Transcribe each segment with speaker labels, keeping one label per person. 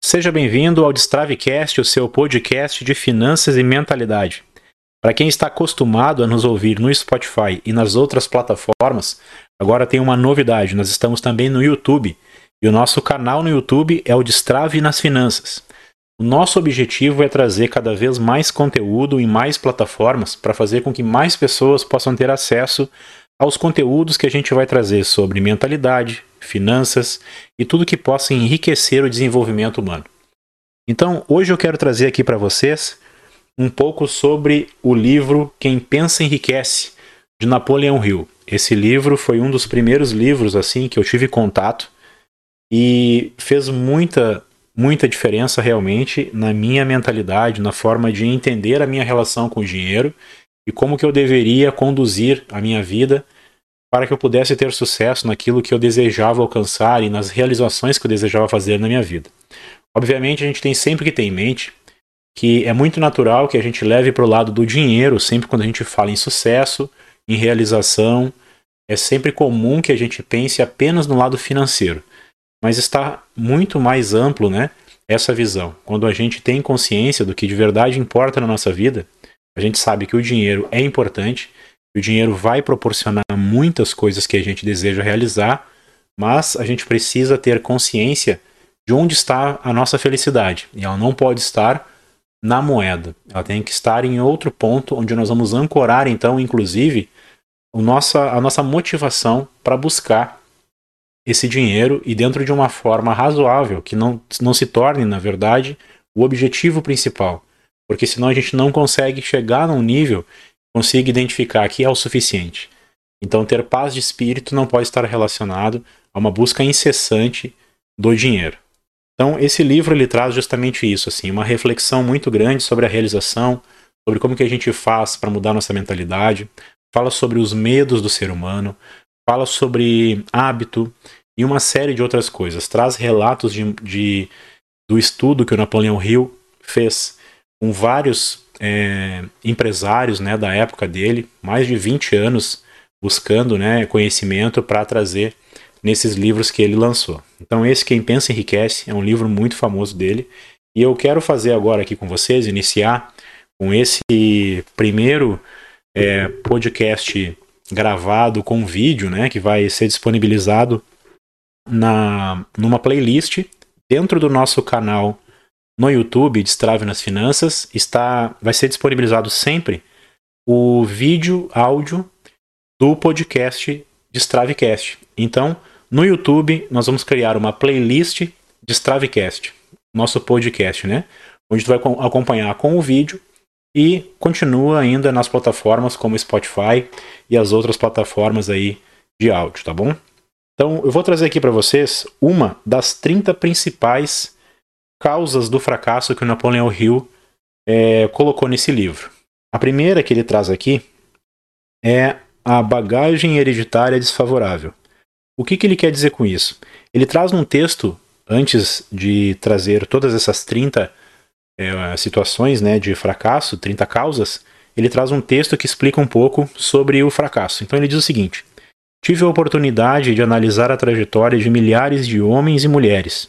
Speaker 1: Seja bem-vindo ao Destravecast, o seu podcast de finanças e mentalidade. Para quem está acostumado a nos ouvir no Spotify e nas outras plataformas, agora tem uma novidade, nós estamos também no YouTube. E o nosso canal no YouTube é o Destrave nas Finanças. O nosso objetivo é trazer cada vez mais conteúdo em mais plataformas para fazer com que mais pessoas possam ter acesso aos conteúdos que a gente vai trazer sobre mentalidade, finanças e tudo que possa enriquecer o desenvolvimento humano. Então, hoje eu quero trazer aqui para vocês um pouco sobre o livro Quem Pensa Enriquece, de Napoleão Hill. Esse livro foi um dos primeiros livros assim que eu tive contato e fez muita diferença realmente na minha mentalidade, na forma de entender a minha relação com o dinheiro e como que eu deveria conduzir a minha vida para que eu pudesse ter sucesso naquilo que eu desejava alcançar e nas realizações que eu desejava fazer na minha vida. Obviamente, a gente tem sempre que ter em mente que é muito natural que a gente leve para o lado do dinheiro, sempre quando a gente fala em sucesso, em realização, é sempre comum que a gente pense apenas no lado financeiro. Mas está muito mais amplo, né, essa visão. Quando a gente tem consciência do que de verdade importa na nossa vida, a gente sabe que o dinheiro é importante, o dinheiro vai proporcionar muitas coisas que a gente deseja realizar, mas a gente precisa ter consciência de onde está a nossa felicidade. E ela não pode estar na moeda. Ela tem que estar em outro ponto, onde nós vamos ancorar, então, inclusive, a nossa motivação para buscar esse dinheiro e dentro de uma forma razoável, que não se torne, na verdade, o objetivo principal. Porque senão a gente não consegue chegar num nível que consiga identificar que é o suficiente. Então, ter paz de espírito não pode estar relacionado a uma busca incessante do dinheiro. Então, esse livro ele traz justamente isso, assim, uma reflexão muito grande sobre a realização, sobre como que a gente faz para mudar nossa mentalidade, fala sobre os medos do ser humano, fala sobre hábito e uma série de outras coisas. Traz relatos do estudo que o Napoleão Hill fez com vários empresários, né, da época dele, mais de 20 anos buscando, né, conhecimento para trazer nesses livros que ele lançou. Então esse Quem Pensa Enriquece é um livro muito famoso dele, e eu quero fazer agora aqui com vocês, iniciar com esse primeiro podcast gravado com vídeo, né, que vai ser disponibilizado numa playlist dentro do nosso canal no YouTube, Destrave nas Finanças. Vai ser disponibilizado sempre o vídeo, áudio do podcast Destravecast. Então, no YouTube, nós vamos criar uma playlist Destravecast, nosso podcast, né? Onde tu vai acompanhar com o vídeo e continua ainda nas plataformas como Spotify e as outras plataformas aí de áudio, tá bom? Então, eu vou trazer aqui para vocês uma das 30 principais causas do fracasso que o Napoleão Hill colocou nesse livro. A primeira que ele traz aqui é a bagagem hereditária desfavorável. O que ele quer dizer com isso? Ele traz um texto, antes de trazer todas essas 30 situações, né, de fracasso, 30 causas, ele traz um texto que explica um pouco sobre o fracasso. Então ele diz o seguinte: tive a oportunidade de analisar a trajetória de milhares de homens e mulheres,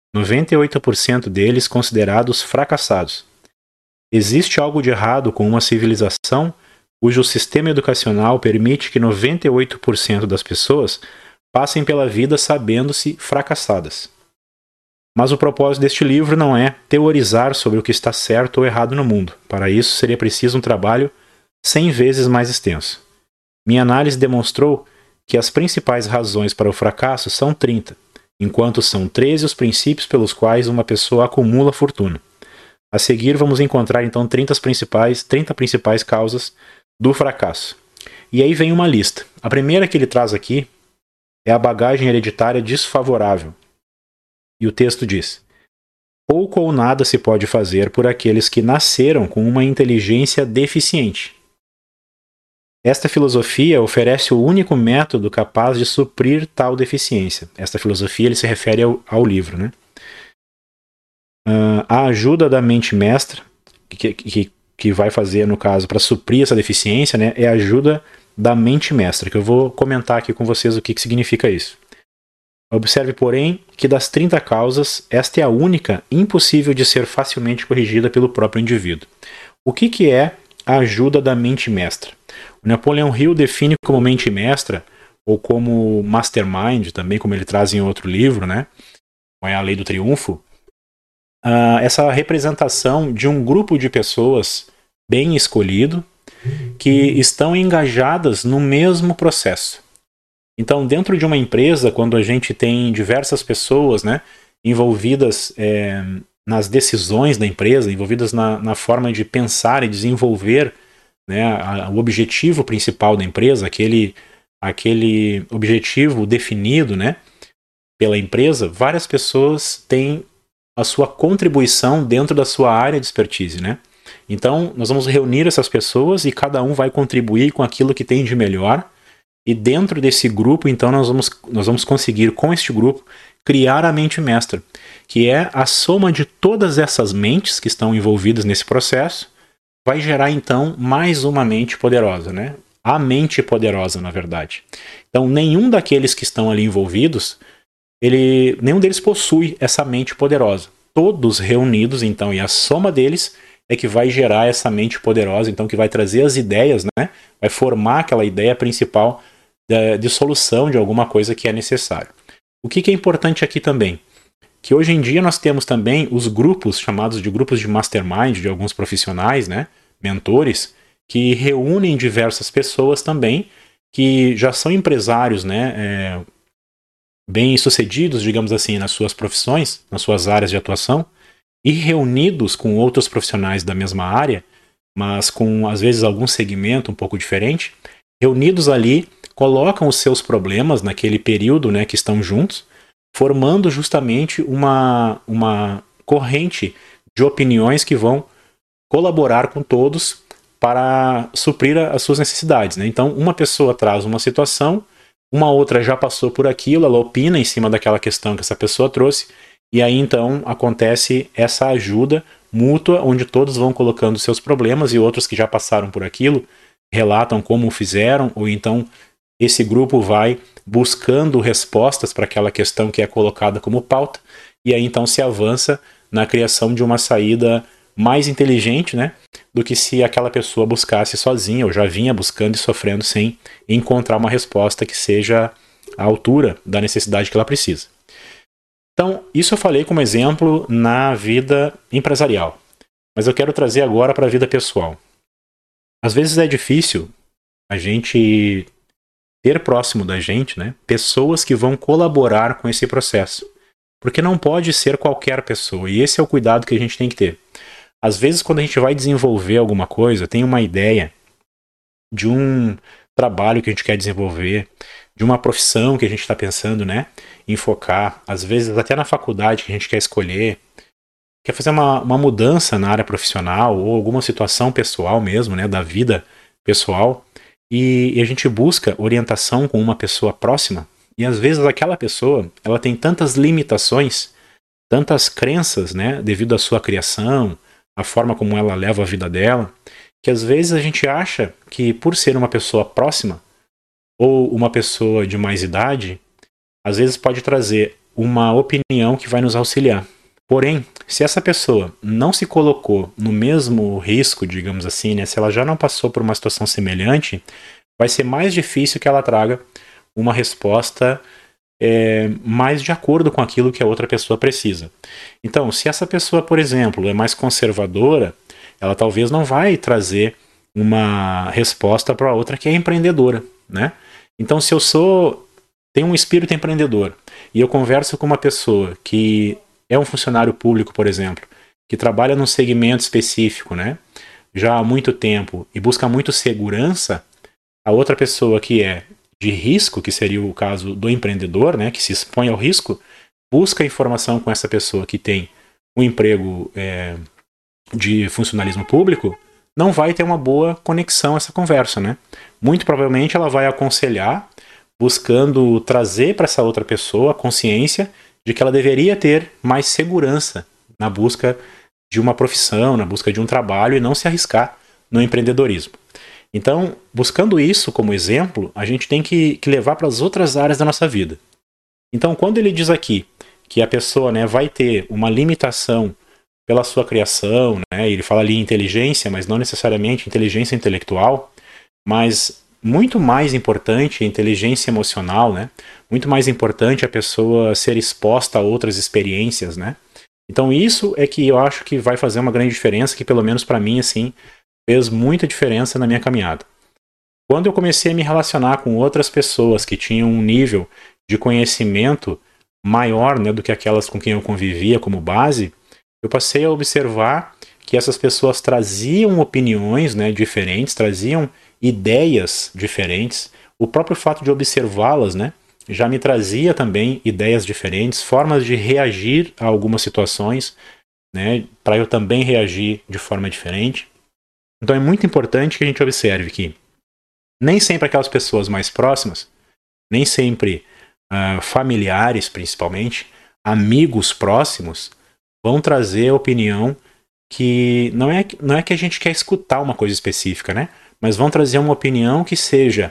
Speaker 1: 98% deles considerados fracassados. Existe algo de errado com uma civilização cujo sistema educacional permite que 98% das pessoas passem pela vida sabendo-se fracassadas. Mas o propósito deste livro não é teorizar sobre o que está certo ou errado no mundo. Para isso seria preciso um trabalho 100 vezes mais extenso. Minha análise demonstrou que as principais razões para o fracasso são 30, enquanto são 13 os princípios pelos quais uma pessoa acumula fortuna. A seguir vamos encontrar então 30 principais causas do fracasso. E aí vem uma lista. A primeira que ele traz aqui é a bagagem hereditária desfavorável. E o texto diz: pouco ou nada se pode fazer por aqueles que nasceram com uma inteligência deficiente. Esta filosofia oferece o único método capaz de suprir tal deficiência. Esta filosofia ele se refere ao livro, né? A ajuda da mente mestra, que vai fazer, no caso, para suprir essa deficiência, né, é a ajuda da mente mestra, que eu vou comentar aqui com vocês o que significa isso. Observe, porém, que das 30 causas, esta é a única impossível de ser facilmente corrigida pelo próprio indivíduo. O que é a ajuda da mente mestra? O Napoleon Hill define como mente mestra, ou como mastermind, também como ele traz em outro livro, né? É a Lei do Triunfo, essa representação de um grupo de pessoas bem escolhido, que estão engajadas no mesmo processo. Então, dentro de uma empresa, quando a gente tem diversas pessoas, né, envolvidas nas decisões da empresa, envolvidas na forma de pensar e desenvolver, né, o objetivo principal da empresa, aquele objetivo definido, né, pela empresa, várias pessoas têm a sua contribuição dentro da sua área de expertise, né? Então, nós vamos reunir essas pessoas e cada um vai contribuir com aquilo que tem de melhor. E dentro desse grupo, então, nós vamos conseguir, com este grupo, criar a mente mestra, que é a soma de todas essas mentes que estão envolvidas nesse processo, vai gerar, então, mais uma mente poderosa, né? A mente poderosa, na verdade. Então, nenhum daqueles que estão ali envolvidos, nenhum deles possui essa mente poderosa. Todos reunidos, então, e a soma deles é que vai gerar essa mente poderosa, então, que vai trazer as ideias, né? Vai formar aquela ideia principal de solução de alguma coisa que é necessário. O que é importante aqui também? Que hoje em dia nós temos também os grupos, chamados de grupos de mastermind, de alguns profissionais, né? Mentores, que reúnem diversas pessoas também, que já são empresários, né? Bem-sucedidos, digamos assim, nas suas profissões, nas suas áreas de atuação, e reunidos com outros profissionais da mesma área, mas com, às vezes, algum segmento um pouco diferente, reunidos ali, colocam os seus problemas naquele período, né, que estão juntos, formando justamente uma corrente de opiniões que vão colaborar com todos para suprir as suas necessidades, né? Então, uma pessoa traz uma situação, uma outra já passou por aquilo, ela opina em cima daquela questão que essa pessoa trouxe, e aí então acontece essa ajuda mútua, onde todos vão colocando seus problemas e outros que já passaram por aquilo relatam como fizeram, ou então esse grupo vai buscando respostas para aquela questão que é colocada como pauta, e aí então se avança na criação de uma saída mais inteligente, né, do que se aquela pessoa buscasse sozinha, ou já vinha buscando e sofrendo sem encontrar uma resposta que seja à altura da necessidade que ela precisa. Então, isso eu falei como exemplo na vida empresarial, mas eu quero trazer agora para a vida pessoal. Às vezes é difícil a gente ter próximo da gente, né, pessoas que vão colaborar com esse processo, porque não pode ser qualquer pessoa, e esse é o cuidado que a gente tem que ter. Às vezes, quando a gente vai desenvolver alguma coisa, tem uma ideia de um trabalho que a gente quer desenvolver, de uma profissão que a gente está pensando, né, em focar, às vezes até na faculdade que a gente quer escolher, quer fazer uma mudança na área profissional ou alguma situação pessoal mesmo, né, da vida pessoal, e a gente busca orientação com uma pessoa próxima, e às vezes aquela pessoa, ela tem tantas limitações, tantas crenças, né, devido à sua criação, a forma como ela leva a vida dela, que às vezes a gente acha que por ser uma pessoa próxima ou uma pessoa de mais idade, às vezes pode trazer uma opinião que vai nos auxiliar. Porém, se essa pessoa não se colocou no mesmo risco, digamos assim, né, se ela já não passou por uma situação semelhante, vai ser mais difícil que ela traga uma resposta mais de acordo com aquilo que a outra pessoa precisa. Então, se essa pessoa, por exemplo, é mais conservadora, ela talvez não vai trazer uma resposta para a outra que é empreendedora, né? Então, se eu tenho um espírito empreendedor e eu converso com uma pessoa que é um funcionário público, por exemplo, que trabalha num segmento específico, né, já há muito tempo e busca muito segurança, a outra pessoa que é de risco, que seria o caso do empreendedor, né, que se expõe ao risco, busca informação com essa pessoa que tem um emprego de funcionalismo público, não vai ter uma boa conexão essa conversa, né? Muito provavelmente ela vai aconselhar, buscando trazer para essa outra pessoa a consciência de que ela deveria ter mais segurança na busca de uma profissão, na busca de um trabalho e não se arriscar no empreendedorismo. Então, buscando isso como exemplo, a gente tem que levar para as outras áreas da nossa vida. Então, quando ele diz aqui que a pessoa, né, vai ter uma limitação pela sua criação, né, ele fala ali inteligência, mas não necessariamente inteligência intelectual, mas muito mais importante a inteligência emocional, né? Muito mais importante a pessoa ser exposta a outras experiências, né? Então isso é que eu acho que vai fazer uma grande diferença, que pelo menos para mim, assim, fez muita diferença na minha caminhada. Quando eu comecei a me relacionar com outras pessoas que tinham um nível de conhecimento maior, né, do que aquelas com quem eu convivia como base, eu passei a observar que essas pessoas traziam opiniões, né, diferentes, traziam ideias diferentes. O próprio fato de observá-las, né, já me trazia também ideias diferentes, formas de reagir a algumas situações, né, para eu também reagir de forma diferente. Então é muito importante que a gente observe que nem sempre aquelas pessoas mais próximas, nem sempre familiares principalmente, amigos próximos, vão trazer a opinião que não é que a gente quer escutar uma coisa específica, né? Mas vão trazer uma opinião que seja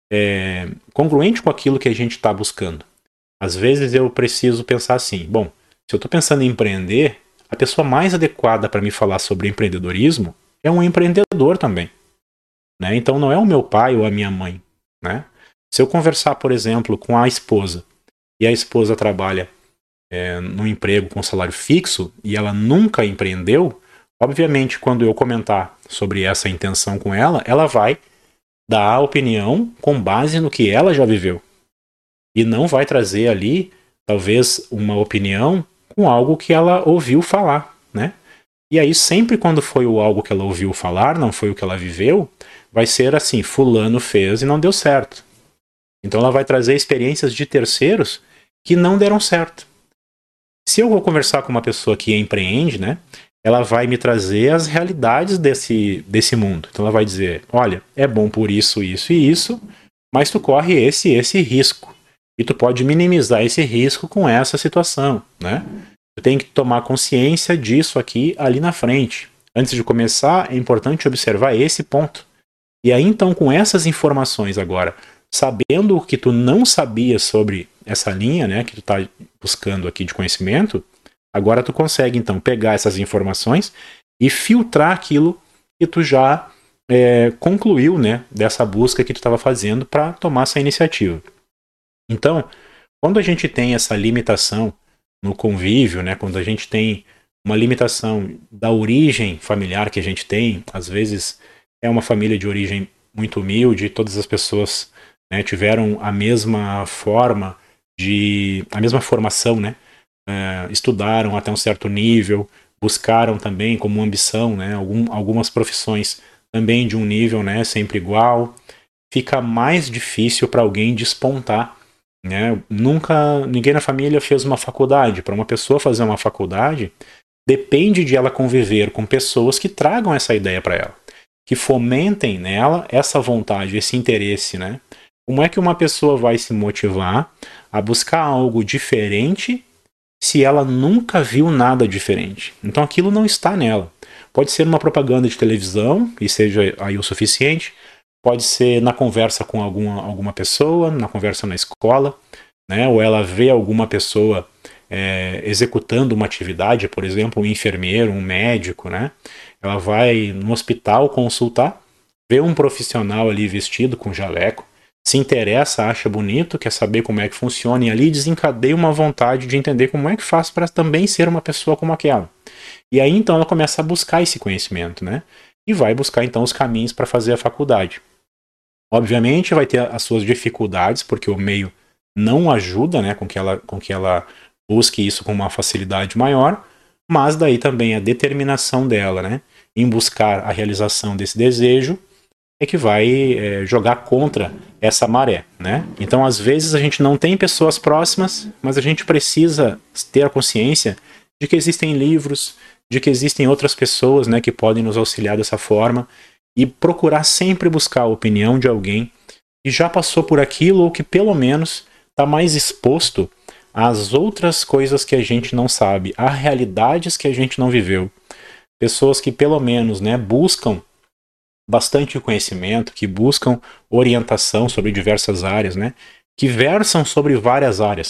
Speaker 1: congruente com aquilo que a gente está buscando. Às vezes eu preciso pensar assim, bom, se eu estou pensando em empreender, a pessoa mais adequada para me falar sobre empreendedorismo é um empreendedor também. Né? Então não é o meu pai ou a minha mãe. Né? Se eu conversar, por exemplo, com a esposa, e a esposa trabalha num emprego com salário fixo, e ela nunca empreendeu, obviamente, quando eu comentar sobre essa intenção com ela, ela vai dar a opinião com base no que ela já viveu. E não vai trazer ali, talvez, uma opinião com algo que ela ouviu falar, né? E aí, sempre quando foi o algo que ela ouviu falar, não foi o que ela viveu, vai ser assim, fulano fez e não deu certo. Então ela vai trazer experiências de terceiros que não deram certo. Se eu vou conversar com uma pessoa que empreende, né, ela vai me trazer as realidades desse mundo. Então ela vai dizer, olha, é bom por isso, isso e isso, mas tu corre esse risco. E tu pode minimizar esse risco com essa situação, né? Tu tem que tomar consciência disso aqui, ali na frente. Antes de começar, é importante observar esse ponto. E aí, então, com essas informações agora, sabendo o que tu não sabia sobre essa linha, né, que tu tá buscando aqui de conhecimento, agora tu consegue, então, pegar essas informações e filtrar aquilo que tu já concluiu, né, dessa busca que tu estava fazendo para tomar essa iniciativa. Então, quando a gente tem essa limitação no convívio, né, quando a gente tem uma limitação da origem familiar que a gente tem, às vezes é uma família de origem muito humilde, todas as pessoas, né, tiveram a mesma forma a mesma formação, né, estudaram até um certo nível, buscaram também como ambição, né, algumas profissões também de um nível, né, sempre igual, fica mais difícil para alguém despontar. Né? Ninguém na família fez uma faculdade. Para uma pessoa fazer uma faculdade, depende de ela conviver com pessoas que tragam essa ideia para ela, que fomentem nela essa vontade, esse interesse. Né? Como é que uma pessoa vai se motivar a buscar algo diferente se ela nunca viu nada diferente? Então aquilo não está nela. Pode ser uma propaganda de televisão, e seja aí o suficiente. Pode ser na conversa com alguma pessoa, na conversa na escola, né? Ou ela vê alguma pessoa executando uma atividade, por exemplo, um enfermeiro, um médico, né? Ela vai no hospital consultar, vê um profissional ali vestido com jaleco, se interessa, acha bonito, quer saber como é que funciona, e ali desencadeia uma vontade de entender como é que faz para também ser uma pessoa como aquela. E aí então ela começa a buscar esse conhecimento, né? E vai buscar então os caminhos para fazer a faculdade. Obviamente vai ter as suas dificuldades, porque o meio não ajuda, né, com que ela busque isso com uma facilidade maior, mas daí também a determinação dela, né, em buscar a realização desse desejo é que vai jogar contra essa maré, né? Então às vezes a gente não tem pessoas próximas, mas a gente precisa ter a consciência de que existem livros, de que existem outras pessoas, né, que podem nos auxiliar dessa forma, e procurar sempre buscar a opinião de alguém que já passou por aquilo ou que pelo menos está mais exposto às outras coisas que a gente não sabe, a realidades que a gente não viveu. Pessoas que pelo menos, né, buscam bastante conhecimento, que buscam orientação sobre diversas áreas, né, que versam sobre várias áreas.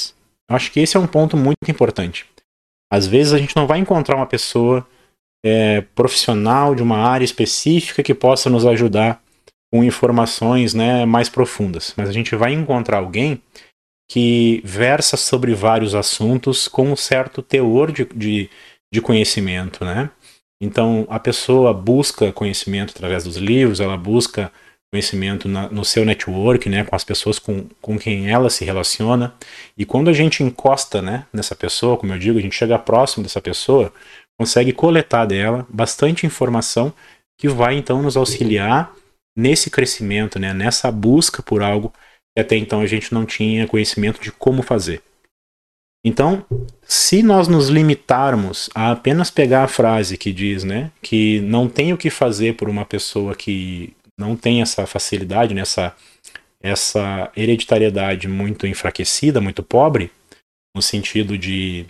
Speaker 1: Eu acho que esse é um ponto muito importante. Às vezes a gente não vai encontrar uma pessoa profissional de uma área específica que possa nos ajudar com informações, né, mais profundas, mas a gente vai encontrar alguém que versa sobre vários assuntos com um certo teor de conhecimento, né? Então, a pessoa busca conhecimento através dos livros, ela busca conhecimento no seu network, né, com as pessoas com quem ela se relaciona. E quando a gente encosta, né, nessa pessoa, como eu digo, a gente chega próximo dessa pessoa, consegue coletar dela bastante informação que vai, então, nos auxiliar nesse crescimento, né, nessa busca por algo que até então a gente não tinha conhecimento de como fazer. Então, se nós nos limitarmos a apenas pegar a frase que diz, né, que não tem o que fazer por uma pessoa que não tem essa facilidade, né, essa hereditariedade muito enfraquecida, muito pobre, no sentido de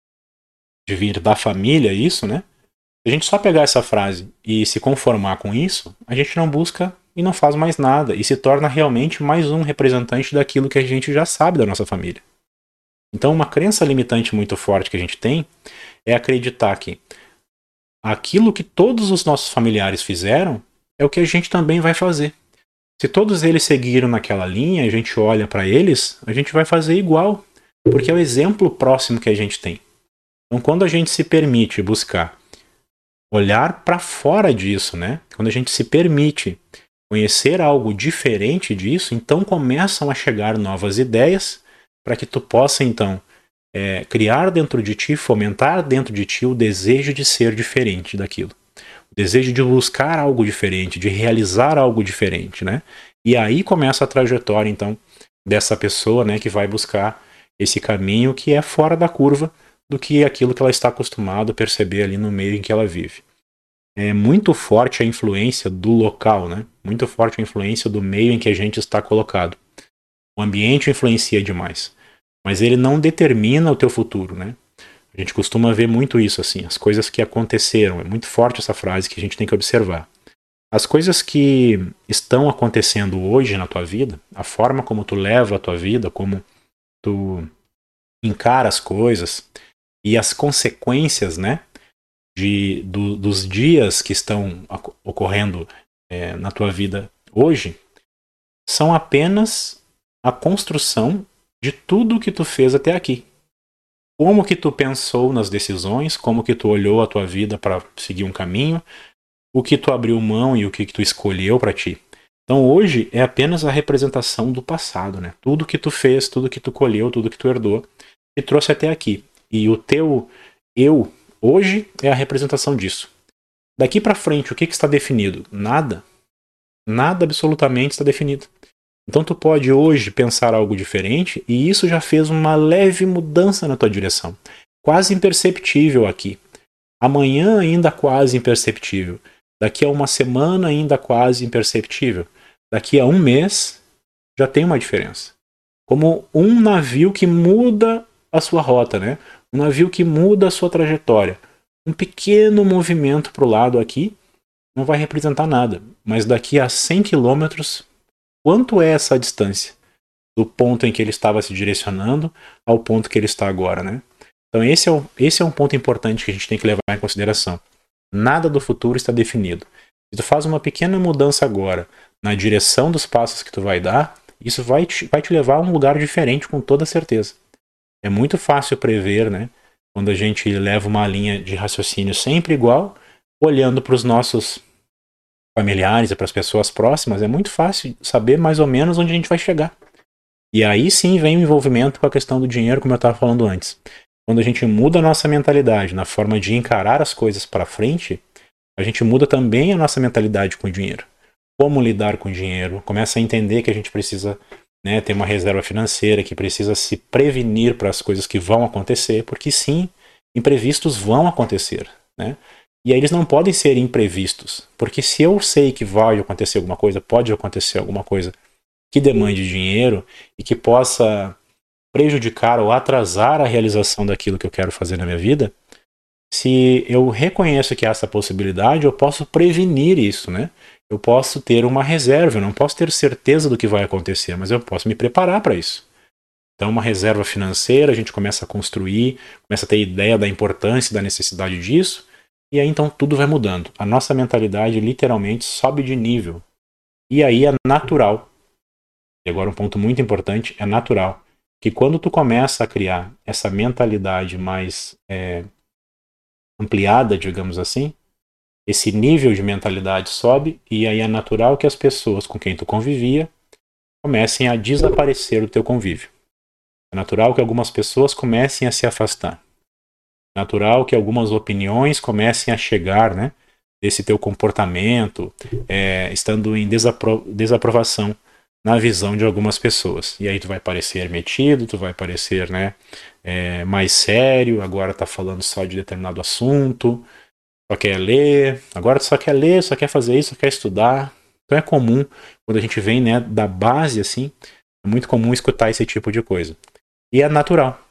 Speaker 1: vir da família, isso, né? Se a gente só pegar essa frase e se conformar com isso, a gente não busca e não faz mais nada, e se torna realmente mais um representante daquilo que a gente já sabe da nossa família. Então, uma crença limitante muito forte que a gente tem é acreditar que aquilo que todos os nossos familiares fizeram é o que a gente também vai fazer. Se todos eles seguiram naquela linha, a gente olha para eles, a gente vai fazer igual, porque é o exemplo próximo que a gente tem. Então, quando a gente se permite buscar olhar para fora disso, né? Quando a gente se permite conhecer algo diferente disso, então começam a chegar novas ideias para que tu possa, então, criar dentro de ti, fomentar dentro de ti o desejo de ser diferente daquilo. O desejo de buscar algo diferente, de realizar algo diferente, né? E aí começa a trajetória, então, dessa pessoa, né, que vai buscar esse caminho que é fora da curva do que aquilo que ela está acostumada a perceber ali no meio em que ela vive. É muito forte a influência do local, né? Muito forte a influência do meio em que a gente está colocado. O ambiente influencia demais, mas ele não determina o teu futuro, né? A gente costuma ver muito isso, assim, as coisas que aconteceram. É muito forte essa frase que a gente tem que observar. As coisas que estão acontecendo hoje na tua vida, a forma como tu leva a tua vida, como tu encara as coisas e as consequências, né, dos dias que estão ocorrendo na tua vida hoje, são apenas a construção de tudo que tu fez até aqui. Como que tu pensou nas decisões, como que tu olhou a tua vida para seguir um caminho, o que tu abriu mão e o que tu escolheu para ti. Então hoje é apenas a representação do passado, né? Tudo que tu fez, tudo que tu colheu, tudo que tu herdou, te trouxe até aqui. E o teu eu hoje é a representação disso. Daqui para frente, o que está definido? Nada. Nada absolutamente está definido. Então tu pode hoje pensar algo diferente e isso já fez uma leve mudança na tua direção. Quase imperceptível aqui. Amanhã ainda quase imperceptível. Daqui a uma semana ainda quase imperceptível. Daqui a um mês já tem uma diferença. Como um navio que muda a sua rota, né? Um navio que muda a sua trajetória. Um pequeno movimento para o lado aqui não vai representar nada. Mas daqui a 100 quilômetros, quanto é essa distância? Do ponto em que ele estava se direcionando ao ponto que ele está agora, né? Então esse é um ponto importante que a gente tem que levar em consideração. Nada do futuro está definido. Se tu faz uma pequena mudança agora na direção dos passos que tu vai dar, isso vai te levar a um lugar diferente com toda certeza. É muito fácil prever, né? Quando a gente leva uma linha de raciocínio sempre igual, olhando para os nossos familiares e para as pessoas próximas, é muito fácil saber mais ou menos onde a gente vai chegar. E aí sim vem o envolvimento com a questão do dinheiro, como eu estava falando antes. Quando a gente muda a nossa mentalidade na forma de encarar as coisas para frente, a gente muda também a nossa mentalidade com o dinheiro. Como lidar com o dinheiro, começa a entender que a gente precisa, né, ter uma reserva financeira, que precisa se prevenir para as coisas que vão acontecer, porque sim, imprevistos vão acontecer, né? E aí eles não podem ser imprevistos, porque se eu sei que vai acontecer alguma coisa, pode acontecer alguma coisa que demande dinheiro e que possa prejudicar ou atrasar a realização daquilo que eu quero fazer na minha vida, se eu reconheço que há essa possibilidade, eu posso prevenir isso, né? Eu posso ter uma reserva, eu não posso ter certeza do que vai acontecer, mas eu posso me preparar para isso. Então, uma reserva financeira, a gente começa a construir, começa a ter ideia da importância e da necessidade disso, e aí então tudo vai mudando. A nossa mentalidade literalmente sobe de nível. E aí é natural, e agora um ponto muito importante, é natural, que quando tu começa a criar essa mentalidade mais ampliada, digamos assim, esse nível de mentalidade sobe, e aí é natural que as pessoas com quem tu convivia comecem a desaparecer do teu convívio. É natural que algumas pessoas comecem a se afastar. É natural que algumas opiniões comecem a chegar, né, desse teu comportamento, estando em desaprovação na visão de algumas pessoas. E aí tu vai parecer metido, tu vai parecer, né, mais sério, agora tá falando só de determinado assunto, só quer ler, agora tu só quer ler, só quer fazer isso, só quer estudar. Então é comum, quando a gente vem, né, da base assim, é muito comum escutar esse tipo de coisa. E é natural.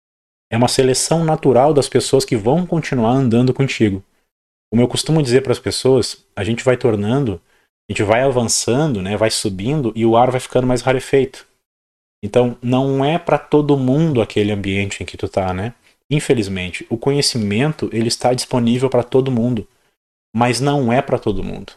Speaker 1: É uma seleção natural das pessoas que vão continuar andando contigo. Como eu costumo dizer para as pessoas, a gente vai tornando, a gente vai avançando, né, vai subindo e o ar vai ficando mais rarefeito. Então, não é para todo mundo aquele ambiente em que tu tá, né? Infelizmente, o conhecimento ele está disponível para todo mundo, mas não é para todo mundo.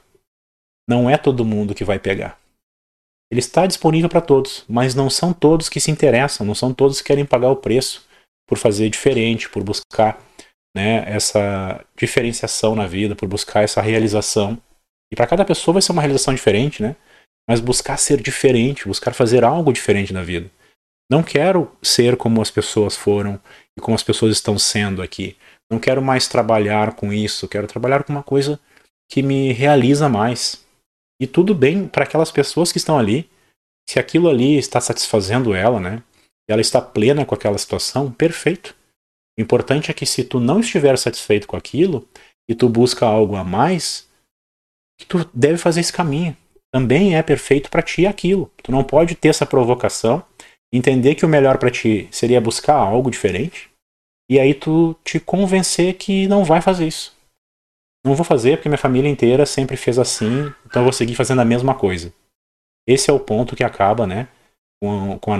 Speaker 1: Não é todo mundo que vai pegar. Ele está disponível para todos, mas não são todos que se interessam, não são todos que querem pagar o preço por fazer diferente, por buscar, né, essa diferenciação na vida, por buscar essa realização. E para cada pessoa vai ser uma realização diferente, né? Mas buscar ser diferente, buscar fazer algo diferente na vida. Não quero ser como as pessoas foram e como as pessoas estão sendo aqui. Não quero mais trabalhar com isso, quero trabalhar com uma coisa que me realiza mais. E tudo bem para aquelas pessoas que estão ali. Se aquilo ali está satisfazendo ela, né? E ela está plena com aquela situação, perfeito. O importante é que se tu não estiver satisfeito com aquilo e tu busca algo a mais, que tu deve fazer esse caminho. Também é perfeito para ti aquilo. Tu não pode ter essa provocação, entender que o melhor para ti seria buscar algo diferente e aí tu te convencer que não vai fazer isso. Não vou fazer porque minha família inteira sempre fez assim, então eu vou seguir fazendo a mesma coisa. Esse é o ponto que acaba, né, com a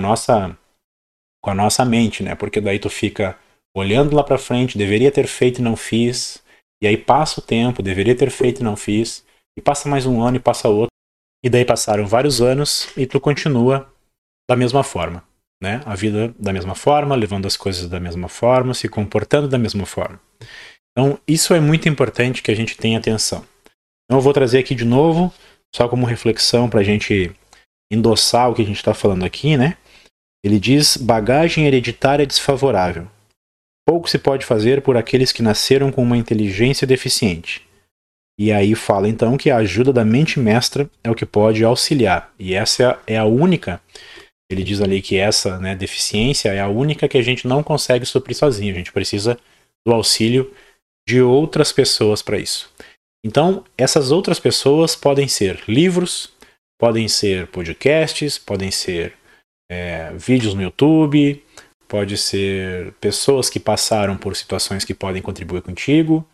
Speaker 1: nossa mente, né? Porque daí tu fica olhando lá para frente, deveria ter feito e não fiz, e aí passa o tempo, deveria ter feito e não fiz, e passa mais um ano e passa outro, e daí passaram vários anos e tu continua da mesma forma, né? A vida da mesma forma, levando as coisas da mesma forma, se comportando da mesma forma. Então, isso é muito importante que a gente tenha atenção. Então, eu vou trazer aqui de novo, só como reflexão para a gente endossar o que a gente está falando aqui, né? Ele diz: bagagem hereditária desfavorável. Pouco se pode fazer por aqueles que nasceram com uma inteligência deficiente. E aí fala então que a ajuda da mente mestra é o que pode auxiliar. E essa é a única, ele diz ali que essa, né, deficiência é a única que a gente não consegue suprir sozinho. A gente precisa do auxílio de outras pessoas para isso. Então, essas outras pessoas podem ser livros, podem ser podcasts, podem ser vídeos no YouTube, pode ser pessoas que passaram por situações que podem contribuir contigo,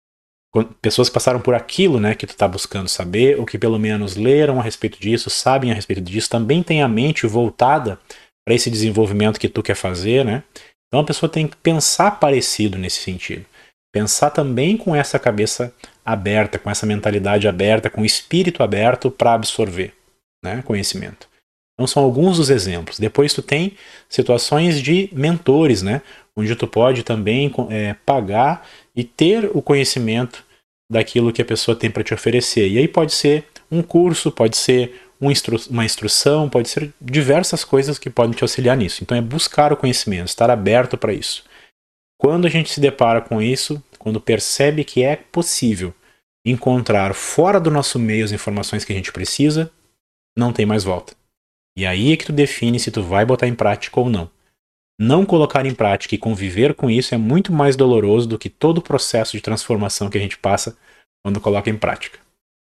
Speaker 1: pessoas que passaram por aquilo, né, que tu está buscando saber, ou que pelo menos leram a respeito disso, sabem a respeito disso, também tem a mente voltada para esse desenvolvimento que tu quer fazer, né? Então a pessoa tem que pensar parecido nesse sentido. Pensar também com essa cabeça aberta, com essa mentalidade aberta, com o espírito aberto para absorver, né, conhecimento. Então são alguns dos exemplos. Depois tu tem situações de mentores, né? Onde tu pode também pagar e ter o conhecimento daquilo que a pessoa tem para te oferecer. E aí pode ser um curso, pode ser uma instrução, pode ser diversas coisas que podem te auxiliar nisso. Então é buscar o conhecimento, estar aberto para isso. Quando a gente se depara com isso, quando percebe que é possível encontrar fora do nosso meio as informações que a gente precisa, não tem mais volta. E aí é que tu define se tu vai botar em prática ou não. Não colocar em prática e conviver com isso é muito mais doloroso do que todo o processo de transformação que a gente passa quando coloca em prática.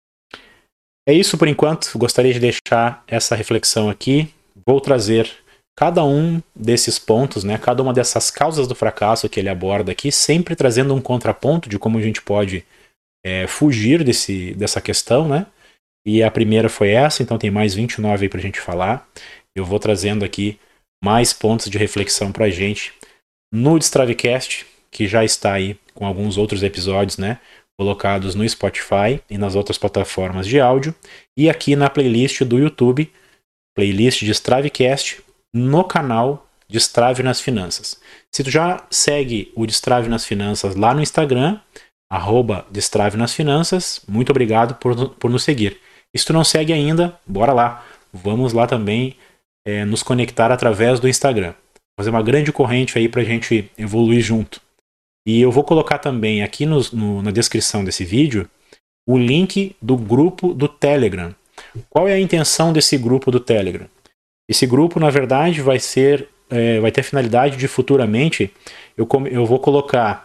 Speaker 1: É isso por enquanto. Gostaria de deixar essa reflexão aqui. Vou trazer cada um desses pontos, né, cada uma dessas causas do fracasso que ele aborda aqui, sempre trazendo um contraponto de como a gente pode fugir dessa questão, né? E a primeira foi essa, então tem mais 29 aí pra gente falar. Eu vou trazendo aqui mais pontos de reflexão para a gente no Destravecast, que já está aí com alguns outros episódios, né, colocados no Spotify e nas outras plataformas de áudio, e aqui na playlist do YouTube, playlist de Destravecast, no canal Destrave nas Finanças. Se tu já segue o Destrave nas Finanças lá no Instagram, @Destrave nas Finanças, muito obrigado por nos seguir. E se tu não segue ainda, bora lá. Vamos lá também nos conectar através do Instagram. Fazer uma grande corrente aí pra gente evoluir junto. E eu vou colocar também aqui na descrição desse vídeo o link do grupo do Telegram. Qual é a intenção desse grupo do Telegram? Esse grupo, na verdade, vai ter a finalidade de futuramente eu vou colocar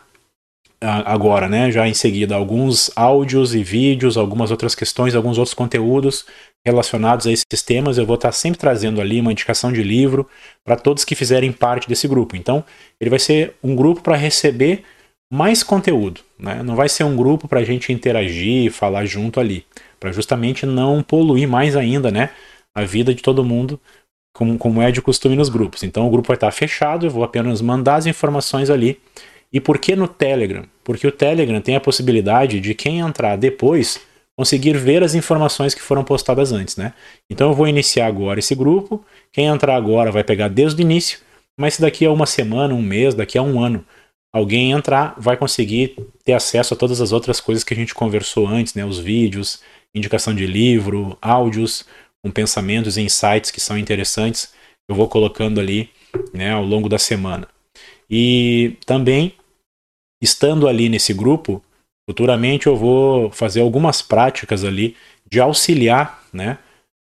Speaker 1: agora, né, já em seguida, alguns áudios e vídeos, algumas outras questões, alguns outros conteúdos relacionados a esses temas. Eu vou estar sempre trazendo ali uma indicação de livro para todos que fizerem parte desse grupo. Então, ele vai ser um grupo para receber mais conteúdo, né? Não vai ser um grupo para a gente interagir e falar junto ali, para justamente não poluir mais ainda, né, a vida de todo mundo, como é de costume nos grupos. Então, o grupo vai estar fechado, eu vou apenas mandar as informações ali. E por que no Telegram? Porque o Telegram tem a possibilidade de quem entrar depois conseguir ver as informações que foram postadas antes, né? Então eu vou iniciar agora esse grupo, quem entrar agora vai pegar desde o início, mas se daqui a uma semana, um mês, daqui a um ano, alguém entrar, vai conseguir ter acesso a todas as outras coisas que a gente conversou antes, né? Os vídeos, indicação de livro, áudios, com pensamentos e insights que são interessantes, eu vou colocando ali, né, ao longo da semana. E também, estando ali nesse grupo, futuramente eu vou fazer algumas práticas ali de auxiliar, né,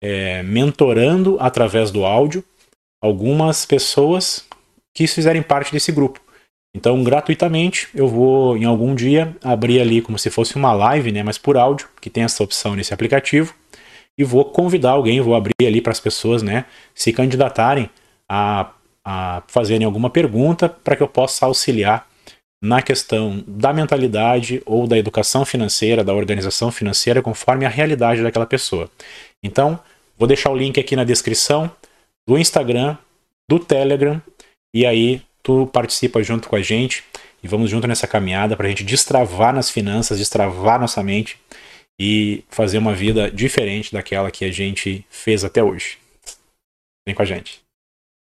Speaker 1: mentorando através do áudio algumas pessoas que fizerem parte desse grupo. Então, gratuitamente, eu vou, em algum dia, abrir ali como se fosse uma live, né, mas por áudio, que tem essa opção nesse aplicativo, e vou convidar alguém, vou abrir ali para as pessoas, né, se candidatarem a fazerem alguma pergunta para que eu possa auxiliar na questão da mentalidade ou da educação financeira, da organização financeira, conforme a realidade daquela pessoa. Então, vou deixar o link aqui na descrição do Instagram, do Telegram, e aí tu participa junto com a gente e vamos junto nessa caminhada para a gente destravar nas finanças, destravar nossa mente e fazer uma vida diferente daquela que a gente fez até hoje. Vem com a gente.